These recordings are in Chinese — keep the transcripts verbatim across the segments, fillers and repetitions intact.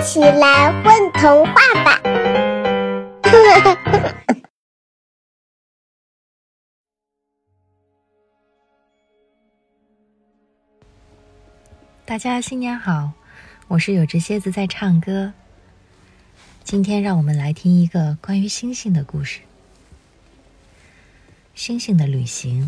起来混童话吧！ 大家新年好，我是有只蝎子在唱歌。今天让我们来听一个关于星星的故事。星星的旅行。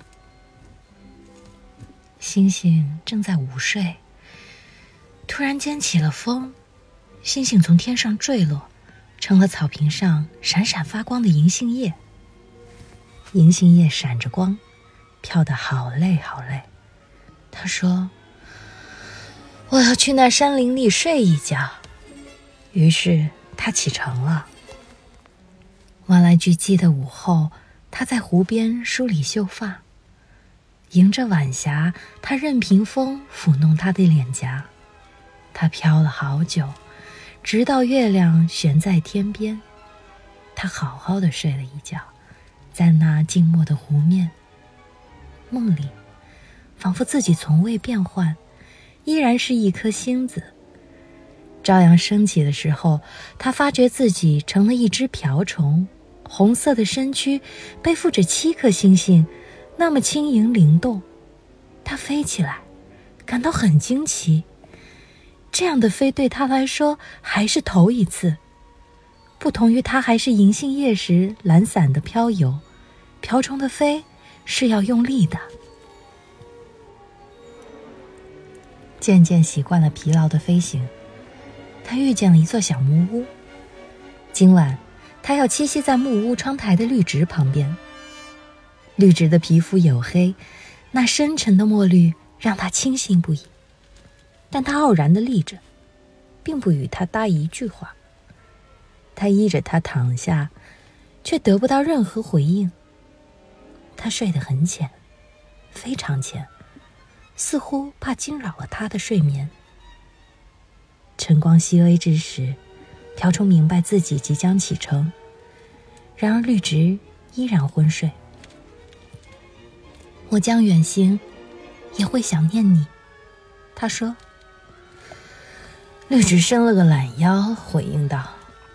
星星正在午睡，突然间起了风，星星从天上坠落，成了草坪上闪闪发光的银杏叶。银杏叶闪着光，飘得好累好累。他说，我要去那山林里睡一觉。于是他启程了。万籁俱寂的午后，他在湖边梳理秀发，迎着晚霞，他任凭风抚弄他的脸颊。他飘了好久，直到月亮悬在天边。他好好的睡了一觉，在那静默的湖面。梦里仿佛自己从未变换，依然是一颗星子。朝阳升起的时候，他发觉自己成了一只瓢虫，红色的身躯背负着七颗星星，那么轻盈灵动。他飞起来，感到很惊奇。这样的飞对他来说还是头一次，不同于他还是银杏叶时懒散的飘游，瓢虫的飞是要用力的。渐渐习惯了疲劳的飞行，他遇见了一座小木屋。今晚他要栖息在木屋窗台的绿植旁边。绿植的皮肤黝黑，那深沉的墨绿让他倾心不已，但他傲然地立着，并不与他搭一句话。他依着他躺下，却得不到任何回应。他睡得很浅，非常浅，似乎怕惊扰了他的睡眠。晨光熹微之时，瓢虫明白自己即将启程，然而绿植依然昏睡。我将远行，也会想念你，他说。绿植伸了个懒腰，回应道，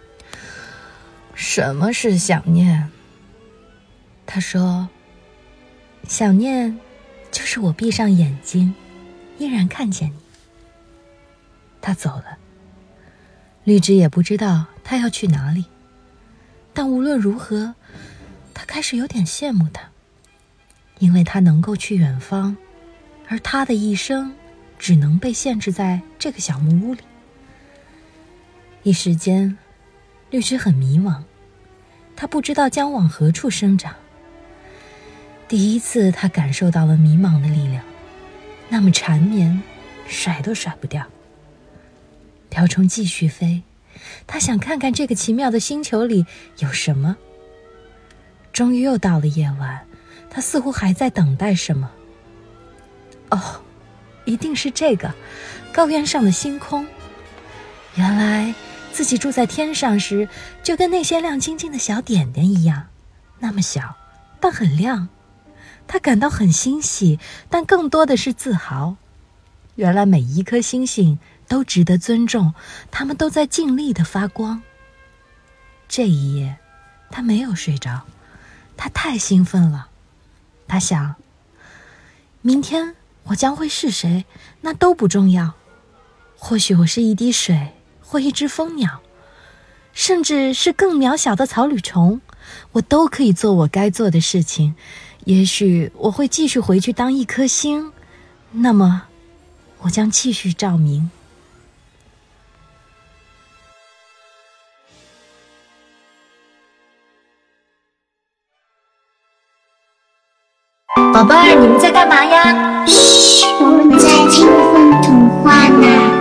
什么是想念？他说，想念就是我闭上眼睛依然看见你。他走了，绿植也不知道他要去哪里，但无论如何，他开始有点羡慕他，因为他能够去远方，而他的一生只能被限制在这个小木屋里。一时间，绿植很迷茫，他不知道将往何处生长。第一次他感受到了迷茫的力量，那么缠绵，甩都甩不掉。瓢虫继续飞，他想看看这个奇妙的星球里有什么。终于又到了夜晚，他似乎还在等待什么。哦，一定是这个高原上的星空。原来自己住在天上时，就跟那些亮晶晶的小点点一样，那么小，但很亮。他感到很欣喜，但更多的是自豪。原来每一颗星星都值得尊重，它们都在尽力地发光。这一夜，他没有睡着，他太兴奋了。他想，明天我将会是谁，那都不重要。或许我是一滴水，或一只蜂鸟，甚至是更渺小的草履虫，我都可以做我该做的事情。也许我会继续回去当一颗星，那么我将继续照明。 宝贝儿，你们在干嘛呀？ 嘘，我们在听混童话呢。